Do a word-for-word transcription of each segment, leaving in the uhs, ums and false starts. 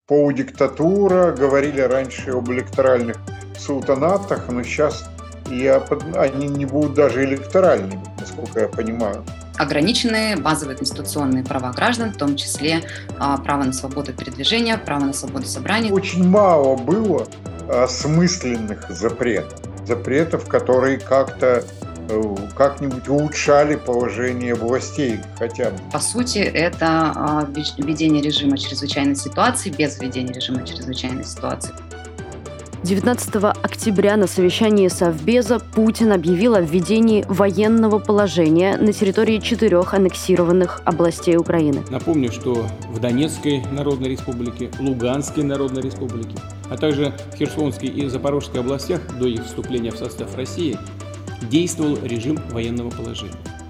полудиктатура, говорили раньше об электоральных султанатах, но сейчас я под... они не будут даже электоральными, насколько я понимаю. Ограничены базовые конституционные права граждан, в том числе а, право на свободу передвижения, право на свободу собраний. Очень мало было осмысленных запретов, запретов, которые как-то как-нибудь улучшали положение властей хотя бы. По сути, это введение режима чрезвычайной ситуации без введения режима чрезвычайной ситуации. девятнадцатого октября на совещании Совбеза Путин объявил о введении военного положения на территории четырех аннексированных областей Украины. Напомню, что в Донецкой Народной Республике, Луганской Народной Республике, а также в Херсонской и Запорожской областях до их вступления в состав России действовал режим военного положения.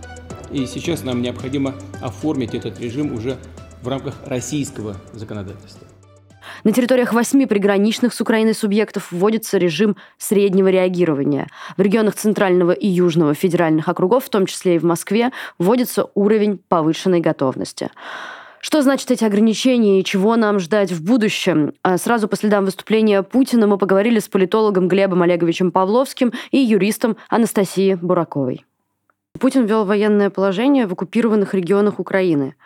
И сейчас нам необходимо оформить этот режим уже в рамках российского законодательства. На территориях восьми приграничных с Украиной субъектов вводится режим среднего реагирования. В регионах Центрального и Южного федеральных округов, в том числе и в Москве, вводится уровень повышенной готовности. Что значит эти ограничения и чего нам ждать в будущем? Сразу по следам выступления Путина мы поговорили с политологом Глебом Олеговичем Павловским и юристом Анастасией Бураковой. Путин ввел военное положение в оккупированных регионах Украины.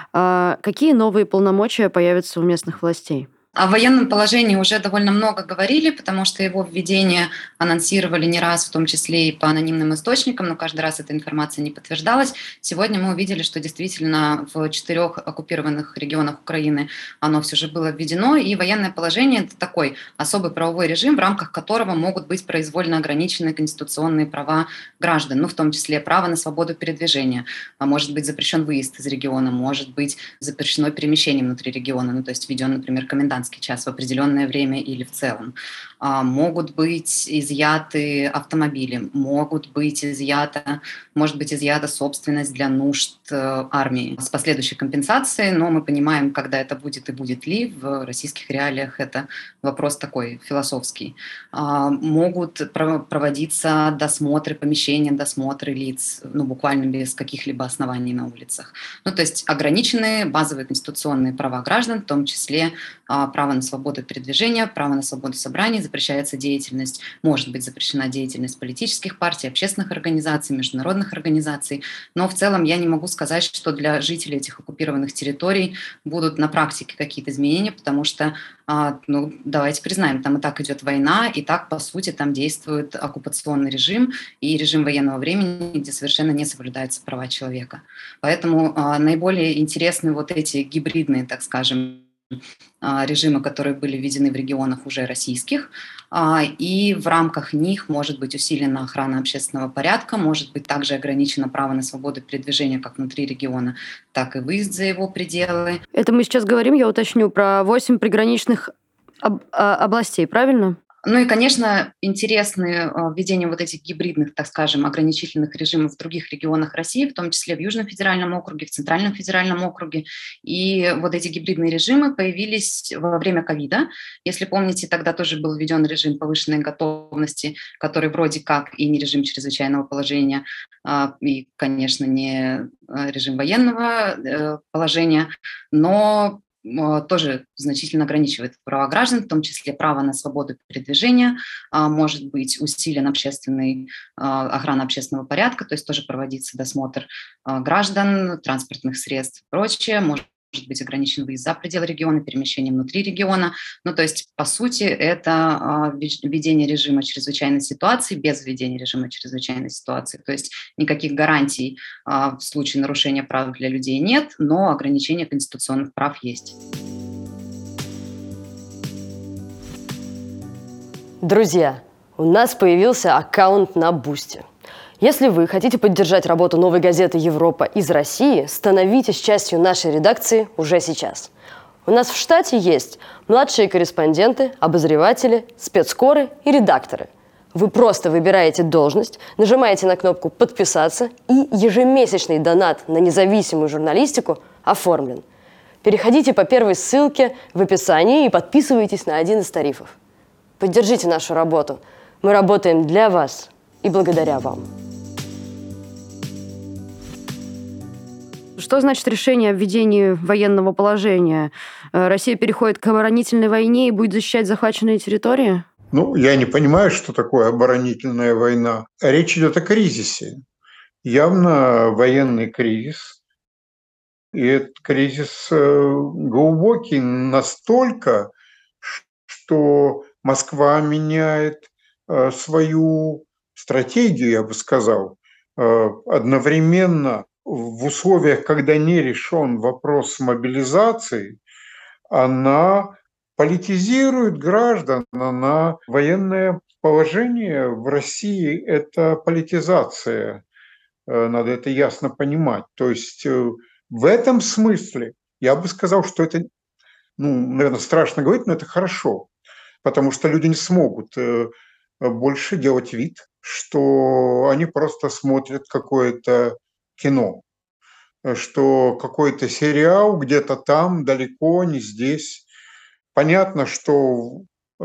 Какие новые полномочия появятся у местных властей? О военном положении уже довольно много говорили, потому что его введение анонсировали не раз, в том числе и по анонимным источникам, но каждый раз эта информация не подтверждалась. Сегодня мы увидели, что действительно в четырех оккупированных регионах Украины оно все же было введено, и военное положение – это такой особый правовой режим, в рамках которого могут быть произвольно ограничены конституционные права граждан, ну, в том числе право на свободу передвижения, а может быть запрещен выезд из региона, может быть запрещено перемещение внутри региона, ну, то есть введен, например, комендантский час в определенное время или в целом. А, могут быть изъяты автомобили, могут быть изъята, может быть изъята собственность для нужд э, армии с последующей компенсацией, но мы понимаем, когда это будет и будет ли. В российских реалиях это вопрос такой философский. А, могут про- проводиться досмотры помещения, досмотры лиц, ну, буквально без каких-либо оснований на улицах. Ну, то есть ограничены базовые конституционные права граждан, в том числе а, право на свободу передвижения, право на свободу собраний, запрещается деятельность, может быть запрещена деятельность политических партий, общественных организаций, международных организаций. Но в целом я не могу сказать, что для жителей этих оккупированных территорий будут на практике какие-то изменения, потому что, ну, давайте признаем, там и так идет война, и так, по сути, там действует оккупационный режим и режим военного времени, где совершенно не соблюдаются права человека. Поэтому наиболее интересны вот эти гибридные, так скажем, режимы, которые были введены в регионах уже российских, и в рамках них может быть усилена охрана общественного порядка, может быть также ограничено право на свободу передвижения как внутри региона, так и выезд за его пределы. Это мы сейчас говорим, я уточню, про восемь приграничных об- областей, правильно? Ну и, конечно, интересны введение вот этих гибридных, так скажем, ограничительных режимов в других регионах России, в том числе в Южном федеральном округе, в Центральном федеральном округе. И вот эти гибридные режимы появились во время ковида. Если помните, тогда тоже был введен режим повышенной готовности, который вроде как и не режим чрезвычайного положения, и, конечно, не режим военного положения, но тоже значительно ограничивает права граждан, в том числе право на свободу передвижения, может быть усилен общественный, охрана общественного порядка, то есть тоже проводится досмотр граждан, транспортных средств и прочее, может может быть ограничен выезд за пределы региона, перемещение внутри региона. Ну, то есть, по сути, это введение режима чрезвычайной ситуации без введения режима чрезвычайной ситуации. То есть никаких гарантий в случае нарушения прав для людей нет, но ограничение конституционных прав есть. Друзья, у нас появился аккаунт на Бусти. Если вы хотите поддержать работу «Новой газеты Европа» из России, становитесь частью нашей редакции уже сейчас. У нас в штате есть младшие корреспонденты, обозреватели, спецкоры и редакторы. Вы просто выбираете должность, нажимаете на кнопку «Подписаться» и ежемесячный донат на независимую журналистику оформлен. Переходите по первой ссылке в описании и подписывайтесь на один из тарифов. Поддержите нашу работу. Мы работаем для вас и благодаря вам. Что значит решение о введении военного положения? Россия переходит к оборонительной войне и будет защищать захваченные территории? Ну, я не понимаю, что такое оборонительная война. Речь идет о кризисе. Явно военный кризис. И этот кризис глубокий настолько, что Москва меняет свою стратегию, я бы сказал, одновременно в условиях, когда не решен вопрос мобилизации, она политизирует граждан, она военное положение в России – это политизация. Надо это ясно понимать. То есть в этом смысле я бы сказал, что это, ну, наверное, страшно говорить, но это хорошо, потому что люди не смогут больше делать вид, что они просто смотрят какое-то кино, что какой-то сериал где-то там, далеко, не здесь. Понятно, что э,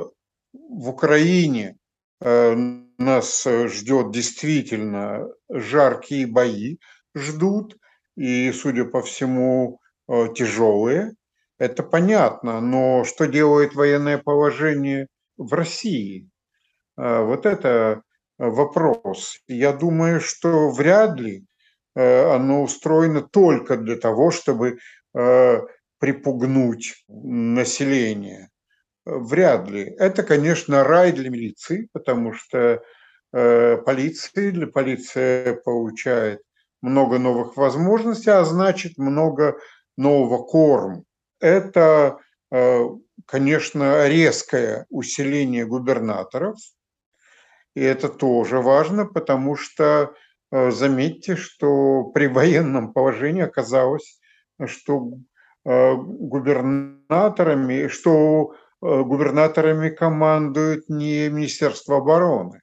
в Украине э, нас ждет действительно жаркие бои, ждут, и, судя по всему, э, тяжелые. Это понятно, но что делает военное положение в России? Э, вот это вопрос. Я думаю, что вряд ли э, оно устроено только для того, чтобы э, припугнуть население. Вряд ли. Это, конечно, рай для милиции, потому что э, полиции, для полиции получает много новых возможностей, а значит много нового корма. Это, э, конечно, резкое усиление губернаторов, и это тоже важно, потому что э, заметьте, что при военном положении оказалось, что э, губернаторами, что губернаторами командует не Министерство обороны,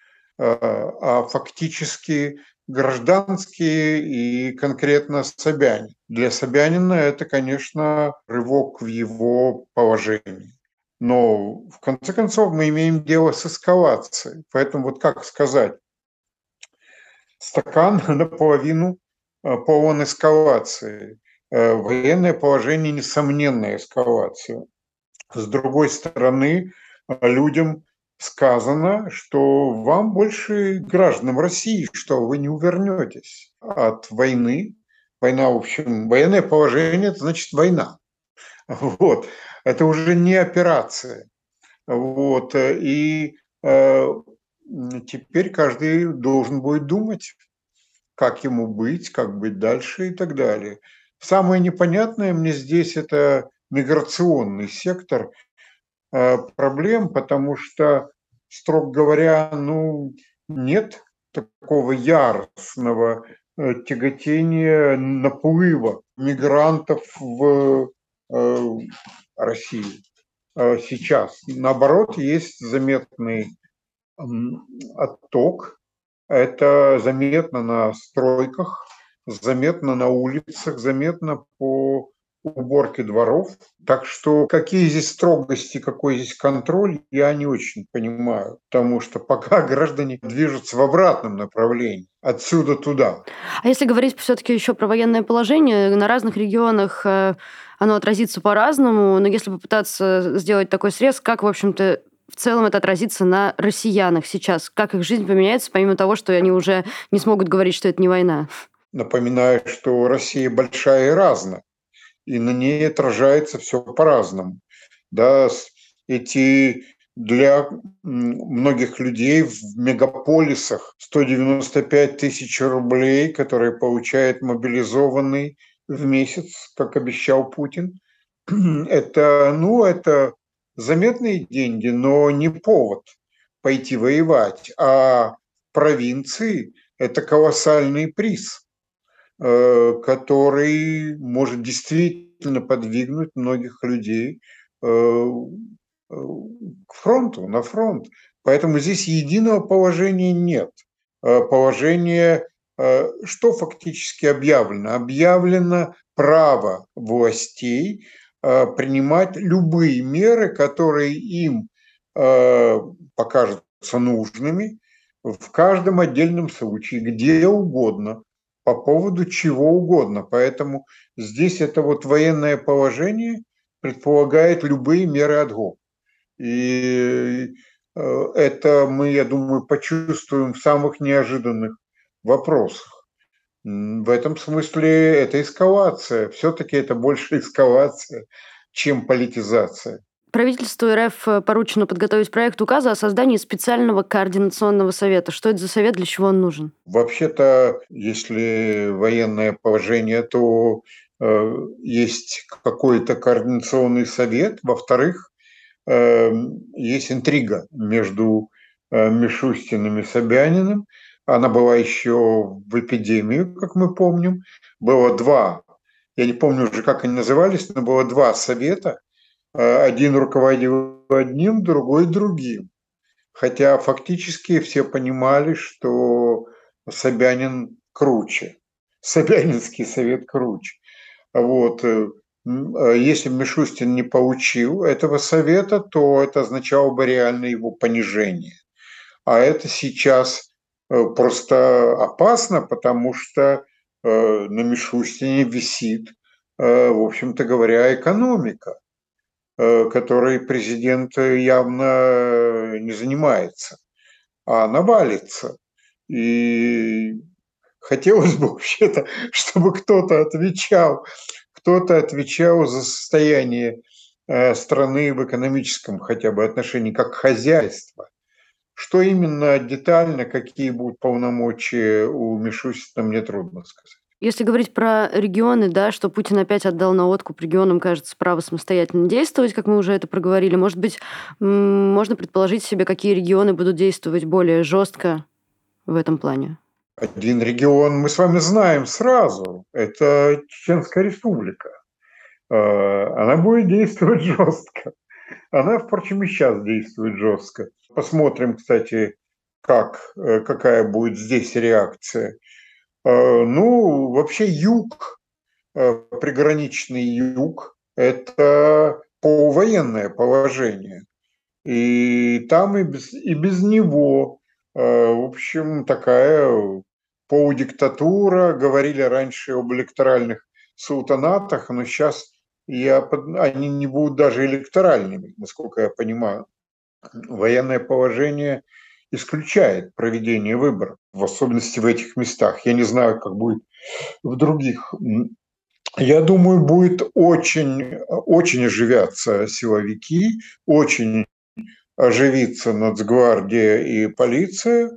а фактически гражданские и конкретно Собянин. Для Собянина это, конечно, рывок в его положении. Но в конце концов мы имеем дело с эскалацией. Поэтому вот как сказать, стакан наполовину полон эскалации. Военное положение – несомненная эскалация. С другой стороны, людям сказано, что вам больше, гражданам России, что вы не увернетесь от войны. Война, в общем, военное положение – это значит война. Вот. Это уже не операция. Вот. И э, теперь каждый должен будет думать, как ему быть, как быть дальше и так далее. Самое непонятное мне здесь – это миграционный сектор э, проблем, потому что, строго говоря, ну, нет такого яростного э, тяготения, наплыва мигрантов в э, Россию э, сейчас. Наоборот, есть заметный э, отток. Это заметно на стройках, заметно на улицах, заметно по уборки дворов. Так что какие здесь строгости, какой здесь контроль, я не очень понимаю. Потому что пока граждане движутся в обратном направлении, отсюда туда. А если говорить все-таки еще про военное положение, на разных регионах оно отразится по-разному, но если попытаться сделать такой срез, как, в общем-то, в целом это отразится на россиянах сейчас? Как их жизнь поменяется, помимо того, что они уже не смогут говорить, что это не война? Напоминаю, что Россия большая и разная. И на ней отражается все по-разному. Да, эти для многих людей в мегаполисах сто девяносто пять тысяч рублей, которые получает мобилизованный в месяц, как обещал Путин, это, ну, это заметные деньги, но не повод пойти воевать. А в провинции это колоссальный приз, который может действительно подвигнуть многих людей к фронту, на фронт. Поэтому здесь единого положения нет. Положение, что фактически объявлено? Объявлено право властей принимать любые меры, которые им покажутся нужными в каждом отдельном случае, где угодно, по поводу чего угодно. Поэтому здесь это вот военное положение предполагает любые меры отгола. И это мы, я думаю, почувствуем в самых неожиданных вопросах. В этом смысле это эскалация. Все-таки это больше эскалация, чем политизация. Правительству РФ поручено подготовить проект указа о создании специального координационного совета. Что это за совет, для чего он нужен? Вообще-то, если военное положение, то э, есть какой-то координационный совет. Во-вторых, э, есть интрига между э, Мишустиным и Собяниным. Она была еще в эпидемию, как мы помним. Было два, я не помню уже, как они назывались, но было два совета. Один руководил одним, другой другим. Хотя фактически все понимали, что Собянин круче. Собянинский совет круче. Вот. Если Мишустин не получил этого совета, то это означало бы реально его понижение. А это сейчас просто опасно, потому что на Мишустине висит, в общем-то говоря, экономика, которой президент явно не занимается, а она валится. И хотелось бы вообще-то, чтобы кто-то отвечал, кто-то отвечал за состояние страны в экономическом хотя бы отношении, как хозяйство. Что именно детально, какие будут полномочия у Мишустина, мне трудно сказать. Если говорить про регионы, да, что Путин опять отдал на откуп регионам, кажется, право самостоятельно действовать, как мы уже это проговорили. Может быть, можно предположить себе, какие регионы будут действовать более жестко в этом плане? Один регион мы с вами знаем сразу. Это Чеченская республика. Она будет действовать жестко. Она, впрочем, и сейчас действует жестко. Посмотрим, кстати, как, какая будет здесь реакция. Ну, вообще юг, приграничный юг, это полувоенное положение. И там и без, и без него, в общем, такая полудиктатура. Говорили раньше об электоральных султанатах, но сейчас я, они не будут даже электоральными, насколько я понимаю. Военное положение исключает проведение выборов, в особенности в этих местах. Я не знаю, как будет в других. Я думаю, будет очень, очень оживятся силовики, очень оживится Нацгвардия и полиция,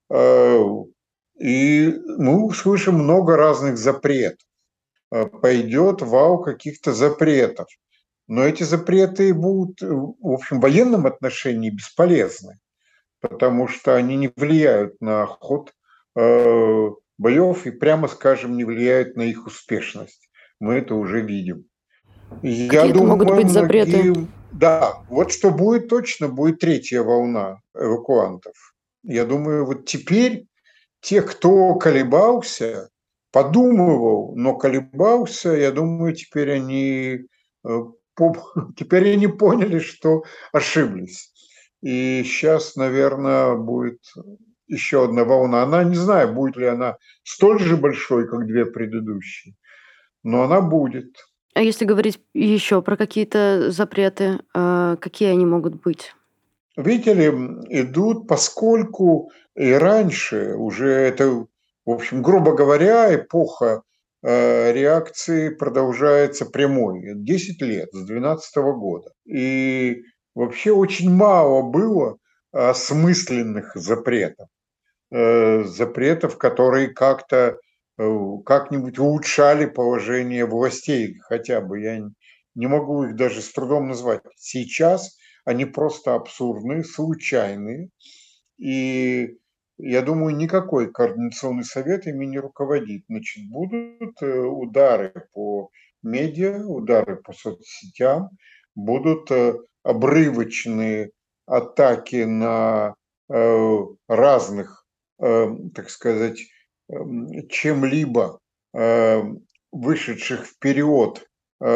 и мы услышим много разных запретов. Пойдет вал каких-то запретов. Но эти запреты будут, в общем, в военном отношении бесполезны, потому что они не влияют на ход э, боев и, прямо скажем, не влияют на их успешность. Мы это уже видим. Я думаю, могут быть запреты? Многие... Да, вот что будет точно, будет третья волна эвакуантов. Я думаю, вот теперь те, кто колебался, подумывал, но колебался, я думаю, теперь они... Теперь они поняли, что ошиблись. И сейчас, наверное, будет еще одна волна. Она, не знаю, будет ли она столь же большой, как две предыдущие, но она будет. А если говорить еще про какие-то запреты, какие они могут быть? Видите ли, идут, поскольку и раньше уже это, в общем, грубо говоря, эпоха реакции продолжается прямой. десять лет, с две тысячи двенадцатого года. И вообще очень мало было осмысленных запретов. Запретов, которые как-то как-нибудь улучшали положение властей хотя бы. Я не могу их даже с трудом назвать. Сейчас они просто абсурдные, случайные. И я думаю, никакой координационный совет ими не руководит. Значит, будут удары по медиа, удары по соцсетям, будут обрывочные атаки на разных, так сказать, чем-либо вышедших вперед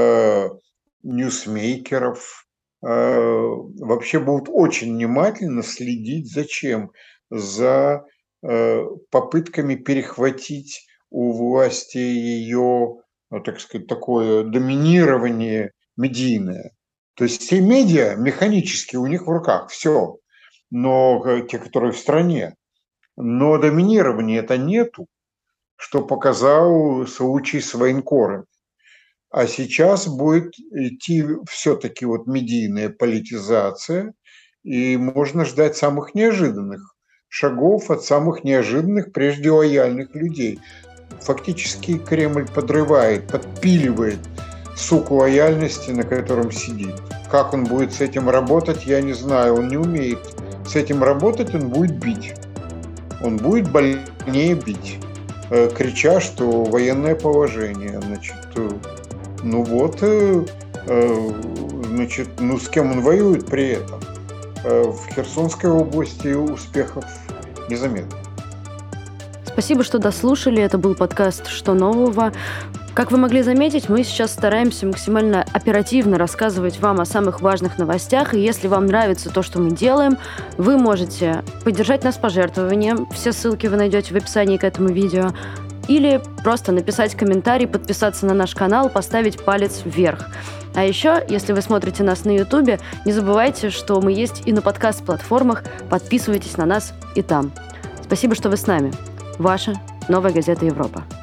ньюсмейкеров. Вообще будут очень внимательно следить. Зачем? За попытками перехватить у власти ее, ну, так сказать, такое доминирование медийное. То есть все медиа механически у них в руках, все. Но те, которые в стране. Но доминирования это нету, что показал случай с военкорами. А сейчас будет идти все-таки вот медийная политизация, и можно ждать самых неожиданных шагов от самых неожиданных, прежде лояльных людей. Фактически Кремль подрывает, подпиливает сук лояльности, на котором сидит. Как он будет с этим работать, я не знаю, он не умеет. С этим работать он будет бить. Он будет больнее бить, крича, что военное положение. Значит, ну вот, значит, ну с кем он воюет при этом? В Херсонской области успехов незаметно. Спасибо, что дослушали. Это был подкаст «Что нового?». Как вы могли заметить, мы сейчас стараемся максимально оперативно рассказывать вам о самых важных новостях. И если вам нравится то, что мы делаем, вы можете поддержать нас пожертвованием. Все ссылки вы найдете в описании к этому видео. Или просто написать комментарий, подписаться на наш канал, поставить палец вверх. А еще, если вы смотрите нас на Ютубе, не забывайте, что мы есть и на подкаст-платформах. Подписывайтесь на нас и там. Спасибо, что вы с нами. Ваша «Новая газета Европа».